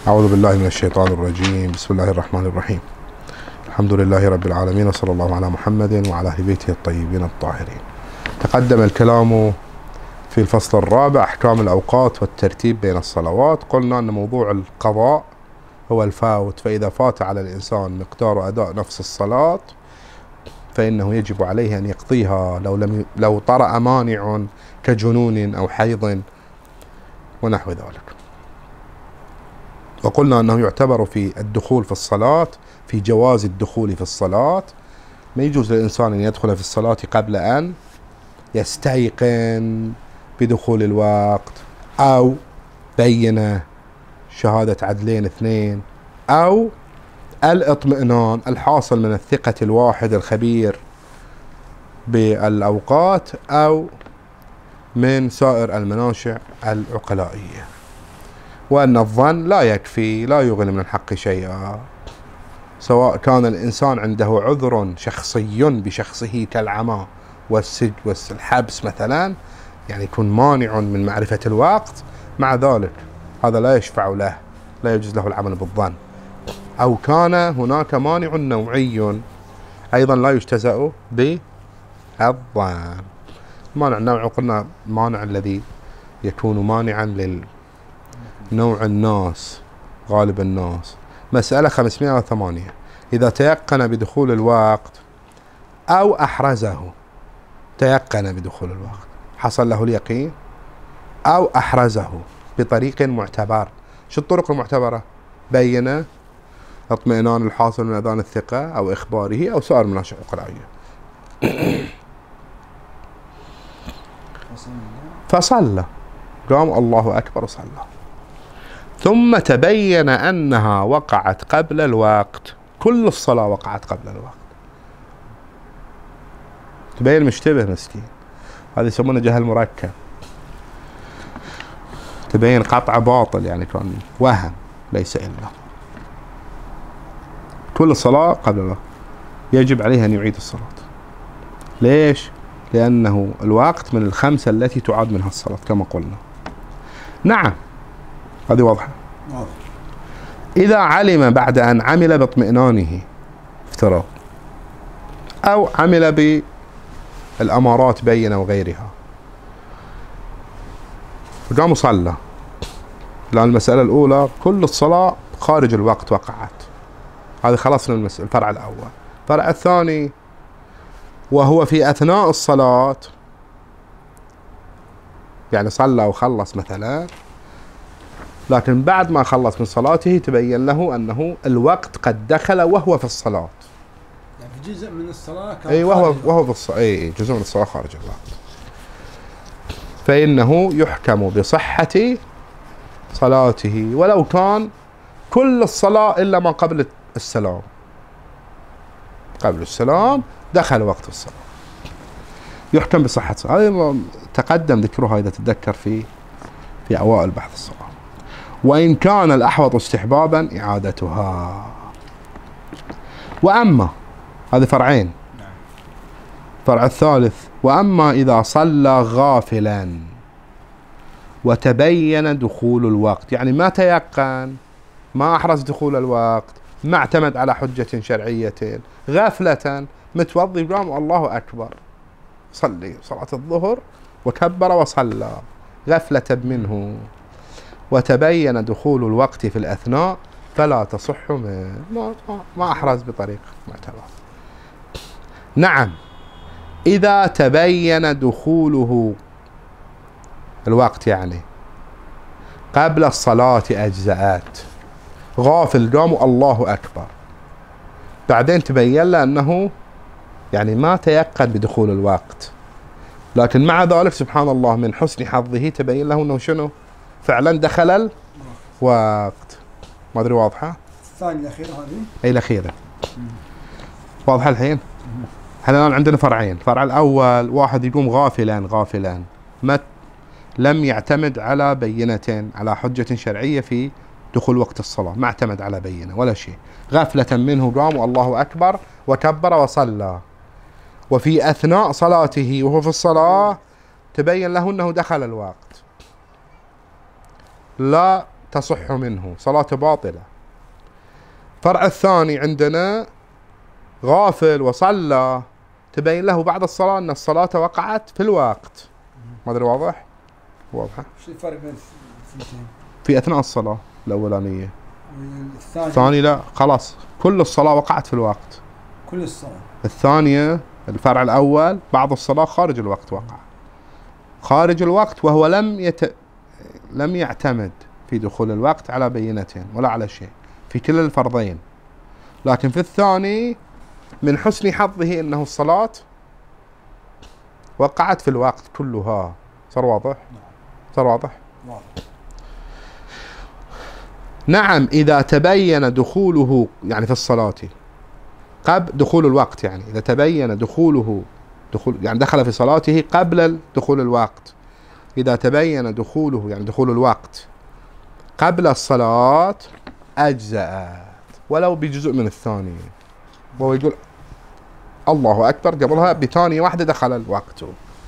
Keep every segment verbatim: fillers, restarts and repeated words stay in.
أعوذ بالله من الشيطان الرجيم. بسم الله الرحمن الرحيم. الحمد لله رب العالمين، وصلى الله على محمد وعلى أهل بيته الطيبين الطاهرين. تقدم الكلام في الفصل الرابع أحكام الأوقات والترتيب بين الصلوات. قلنا أن موضوع القضاء هو الفوت، فإذا فات على الإنسان مقدار أداء نفس الصلاة فإنه يجب عليه أن يقضيها لو لم لو طرأ مانع كجنون أو حيض ونحو ذلك. وقلنا أنه يعتبر في الدخول في الصلاة، في جواز الدخول في الصلاة، ما يجوز للإنسان أن يدخل في الصلاة قبل أن يستيقن بدخول الوقت، أو بينة شهادة عدلين اثنين، أو الاطمئنان الحاصل من الثقة الواحد الخبير بالأوقات، أو من سائر المناشع العقلائية. وأن الظن لا يكفي، لا يغني من الحق شيئا، سواء كان الإنسان عنده عذر شخصي بشخصه كالعمى والسج والحبس مثلا، يعني يكون مانع من معرفة الوقت، مع ذلك هذا لا يشفع له، لا يجوز له العمل بالظن. أو كان هناك مانع نوعي أيضا لا يجتزأ بالظن. المانع النوعي قلنا المانع الذي يكون مانعا للنوع الناس، غالب الناس. مسألة خمسمائة وثمانية: إذا تيقن بدخول الوقت أو أحرزه، تيقن بدخول الوقت، حصل له اليقين، أو أحرزه بطريق معتبر. شو الطرق المعتبرة؟ بينة، اطمئنان الحاصل من أذان الثقة أو إخباره، أو سائر مناشئ عقلائية. فصلى، قام الله أكبر وصلى، ثم تبين أنها وقعت قبل الوقت. كل الصلاة وقعت قبل الوقت، تبين مشتبه مسكين، هذا يسمونه جهل مركب، تبين قطع باطل، يعني كان وهم ليس إلا. كل الصلاة قبل الوقت يجب عليه أن يعيد الصلاة. ليش؟ لأنه الوقت من الخمسة التي تعاد منها الصلاة كما قلنا. نعم، هذه واضحة. إذا علم بعد أن عمل باطمئنانه افتراض، أو عمل بالأمارات بينة وغيرها، فقام وصلى، لأن المسألة الأولى كل الصلاة خارج الوقت وقعت، هذا خلصنا من الفرع الأول. الفرع الثاني: وهو في أثناء الصلاة، يعني صلى وخلص مثلا، لكن بعد ما خلص من صلاته تبين له أنه الوقت قد دخل وهو في الصلاة، يعني جزء من الصلاة كان أي وهو وهو في الصلاة، أي جزء من الصلاة خارج الوقت، فإنه يحكم بصحة صلاته ولو كان كل الصلاة إلا ما قبل السلام. قبل السلام دخل وقت الصلاة، يحكم بصحة صلاة. هذا تقدم ذكرها إذا تتذكر في في أوائل بحث الصلاة. وإن كان الأحوط استحبابا إعادتها. وأما، هذه فرعين. فرع الثالث: وأما إذا صلى غافلا وتبين دخول الوقت، يعني ما تيقن، ما أحرز دخول الوقت، ما اعتمد على حجة شرعية، غفلة متوضي قام الله أكبر صلي صلاة الظهر وكبر وصلى غفلة منه، وتبين دخول الوقت في الأثناء فلا تصح منه، ما, ما أحرز بطريق معتبر. نعم، إذا تبين دخوله الوقت يعني قبل الصلاة أجزأت، غافل قام الله أكبر، بعدين تبين له أنه يعني ما تيقن بدخول الوقت، لكن مع ذلك سبحان الله من حسن حظه تبين له أنه شنو؟ فعلا دخل الوقت. ما أدري واضحة؟ الثانية الأخيرة هذه؟ أي الأخيرة. واضحة الحين؟ احنا الآن عندنا فرعين. الفرع الأول: واحد يقوم غافلا غافلا ما لم يعتمد على بينة، على حجة شرعية في دخول وقت الصلاة، ما اعتمد على بينة ولا شيء، غفلة منه قام والله أكبر وكبر وصلى، وفي أثناء صلاته وهو في الصلاة تبين له أنه دخل الوقت، لا تصح منه، صلاته باطلة. الفرع الثاني عندنا غافل وصلى، تبين له بعد الصلاة أن الصلاة وقعت في الوقت. ما أدري واضح؟ واضحة؟ شو الفرق بين الاثنتين؟ في أثناء الصلاة الأولانية. الثاني الثاني لا، خلاص كل الصلاة وقعت في الوقت. كل الصلاة. الثانية الفرع الأول بعض الصلاة خارج الوقت وقع. خارج الوقت وهو لم يت... لم يعتمد في دخول الوقت على بينتين ولا على شيء في كل الفرضين. لكن في الثاني من حسن حظه أنه الصلاة وقعت في الوقت كلها. صار واضح؟ صار واضح؟ نعم، إذا تبين دخوله يعني في الصلاة قبل دخول الوقت، يعني إذا تبين دخوله دخول يعني دخل في صلاته قبل دخول الوقت، إذا تبين دخوله يعني دخول الوقت قبل الصلاة أجزأت ولو بجزء من الثاني. وهو يقول الله أكبر قبلها بثانية واحدة دخل الوقت.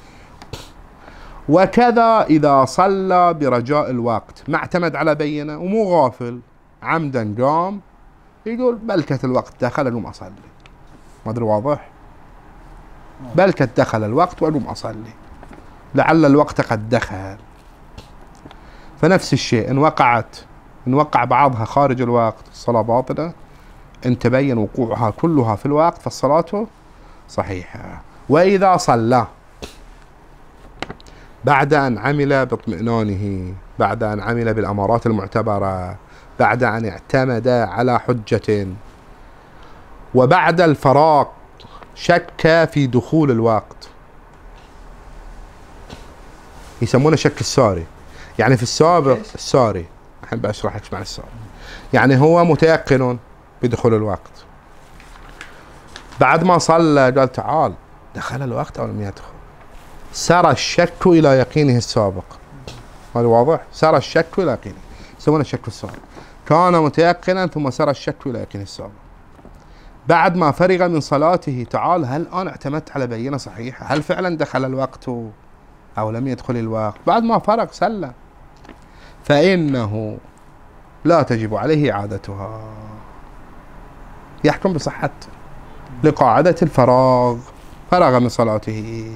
وكذا إذا صلى برجاء الوقت ما اعتمد على بينة ومو غافل، عمدا قام يقول بلكة الوقت دخل أقوم أصلي. ما أدري واضح؟ بلكة دخل الوقت وأقوم أصلي لعل الوقت قد دخل. فنفس الشيء إن وقعت إن وقع بعضها خارج الوقت الصلاة باطلة، إن تبين وقوعها كلها في الوقت فالصلاة صحيحة. وإذا صلى بعد أن عمل باطمئنانه، بعد أن عمل بالأمارات المعتبرة، بعد أن اعتمد على حجة، وبعد الفراغ شك في دخول الوقت، يسمونه شك الساري. يعني في السابق الساري، الحين بشرح لك معنى الساري. يعني هو متيقن بدخول الوقت، بعد ما صلى قال تعال دخل الوقت أو لم يدخل، سار الشك إلى يقينه السابق. هذا واضح؟ سار الشك إلى يقينه، يسمونه الشك الساري. كان متيقنا ثم سار الشك إلى يقينه السابق. بعد ما فرغ من صلاته تعال هل أنا اعتمدت على بينة صحيحة؟ هل فعلا دخل الوقت أو لم يدخل الوقت؟ بعد ما فرغ سلم، فإنه لا تجب عليه إعادتها، يحكم بصحته لقاعدة الفراغ، فرغ من صلاته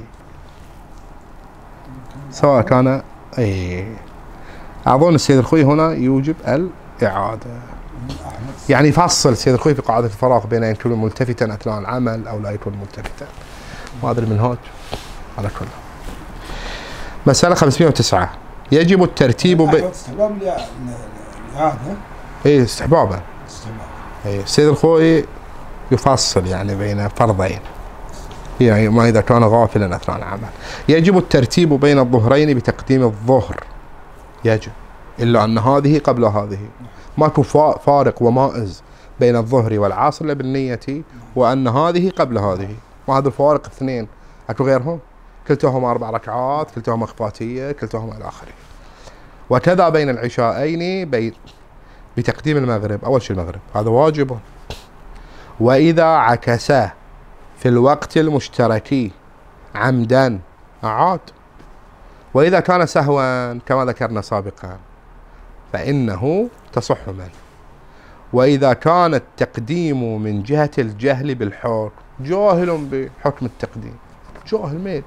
سواء كان اي. أظن السيد الخوي هنا يوجب الإعادة، يعني يفصل السيد الخوي في قاعدة الفراغ بين أن يكون ملتفتا أثناء العمل أو لا يكون ملتفتا. وهذا المنهاج على كله. مسألة خمسمئة وتسعة، يجب الترتيب ب... استحباب الإعادة. إيه استحبابا. استحباب. إيه السيد الخوي يفصل يعني بين فرضين، يعني ما إذا كان غافلا أثناء العمل. يجب الترتيب بين الظهرين بتقديم الظهر، يجب، إلا أن هذه قبل هذه، ماكو فارق ومائز بين الظهر والعصر إلا بالنية، وأن هذه قبل هذه، وهذا الفوارق اثنين، أكو غيرهم؟ كلتهما أربع ركعات، كلتهما خفاتية، كلتهما إلى آخره. وكذا بين العشاءين بين بتقديم المغرب، أول شيء المغرب هذا واجب. وإذا عكس في الوقت المشترك عمدا أعاد، وإذا كان سهوا كما ذكرنا سابقا فإنه تصح منه. وإذا كان التقديم من جهة الجهل بالحكم، جاهل بحكم التقديم، جاهل ميت،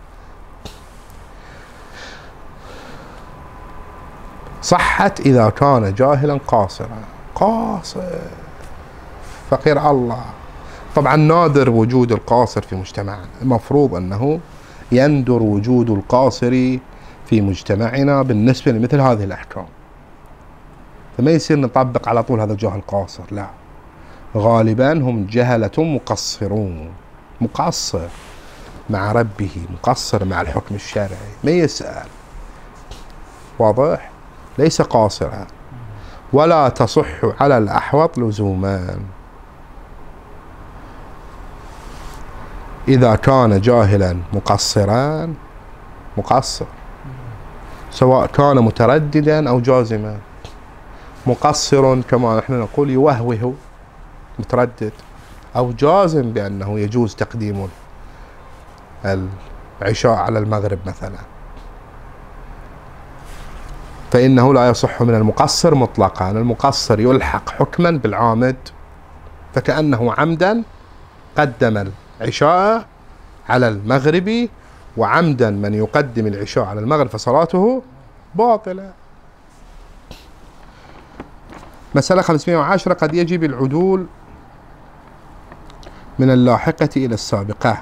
صحت إذا كان جاهلا قاصرا، قاصر فقير الله. طبعا نادر وجود القاصر في مجتمعنا، المفروض أنه يندر وجود القاصر في مجتمعنا بالنسبة لمثل هذه الأحكام، فما يصير نطبق على طول هذا الجاهل قاصر، لا، غالبا هم جهلة مقصرون، مقصر مع ربه، مقصر مع الحكم الشرعي، ما يسأل، واضح؟ ليس قاصرا. ولا تصح على الأحوط لزوما، إذا كان جاهلا مقصرا مقصر، سواء كان مترددا أو جازما. مقصر كما نحن نقول يوهوه متردد، أو جازم بأنه يجوز تقديم العشاء على المغرب مثلا. فإنه لا يصح من المقصر مطلقا. المقصر يلحق حكما بالعامد، فكأنه عمدا قدم العشاء على المغرب، وعمدا من يقدم العشاء على المغرب فصلاته باطلة. مسألة خمسمائة وعشرة: قد يجب العدول من اللاحقة إلى السابقة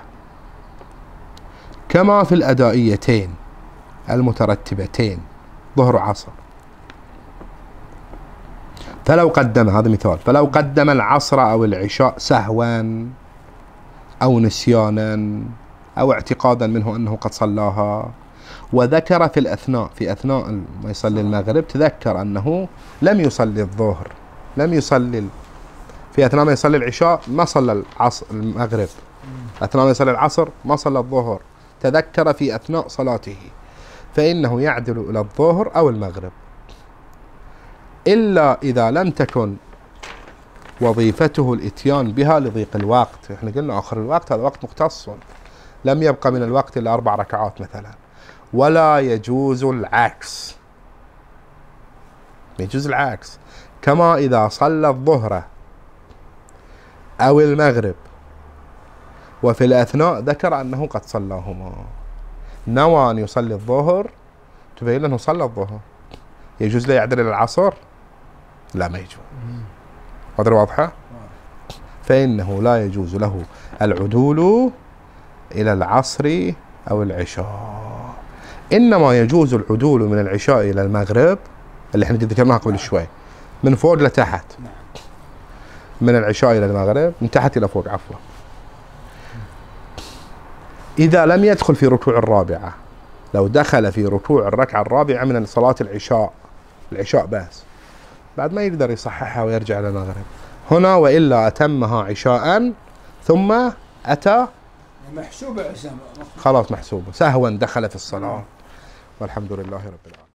كما في الأدائيتين المترتبتين ظهر عصر. فلو قدم، هذا مثال، فلو قدم العصر أو العشاء سهوا أو نسيانا أو اعتقادا منه أنه قد صلاها، وذكر في الأثناء في أثناء ما يصلي المغرب تذكر أنه لم يصلي الظهر، لم يصلي في أثناء ما يصلي العشاء ما صلى العصر المغرب، أثناء ما يصلي العصر ما صلى الظهر، تذكر في أثناء صلاته، فإنه يعدل إلى الظهر أو المغرب، إلا إذا لم تكن وظيفته الإتيان بها لضيق الوقت. احنا قلنا آخر الوقت هذا وقت مختص، لم يبقى من الوقت إلا أربع ركعات مثلا. ولا يجوز العكس، يجوز العكس، كما إذا صلى الظهر أو المغرب وفي الأثناء ذكر أنه قد صلاهما، نوى أن يصلي الظهر، تبين أنه صلى الظهر، يجوز له يعدل إلى العصر؟ لا، ما يجوز. هذا واضحة؟ فإنه لا يجوز له العدول إلى العصر أو العشاء، إنما يجوز العدول من العشاء إلى المغرب اللي احنا ذكرناها قبل شوي، من فوق لتحت، من العشاء إلى المغرب، من تحت إلى فوق عفوا، إذا لم يدخل في ركوع الرابعة. لو دخل في ركوع الركعة الرابعة من صلاة العشاء، العشاء بس، بعد ما يقدر يصححها ويرجع إلى المغرب هنا، وإلا أتمها عشاء ثم أتى محسوبة عشاء، خلاص محسوبة، سهوا دخل في الصلاة. والحمد لله رب العالمين.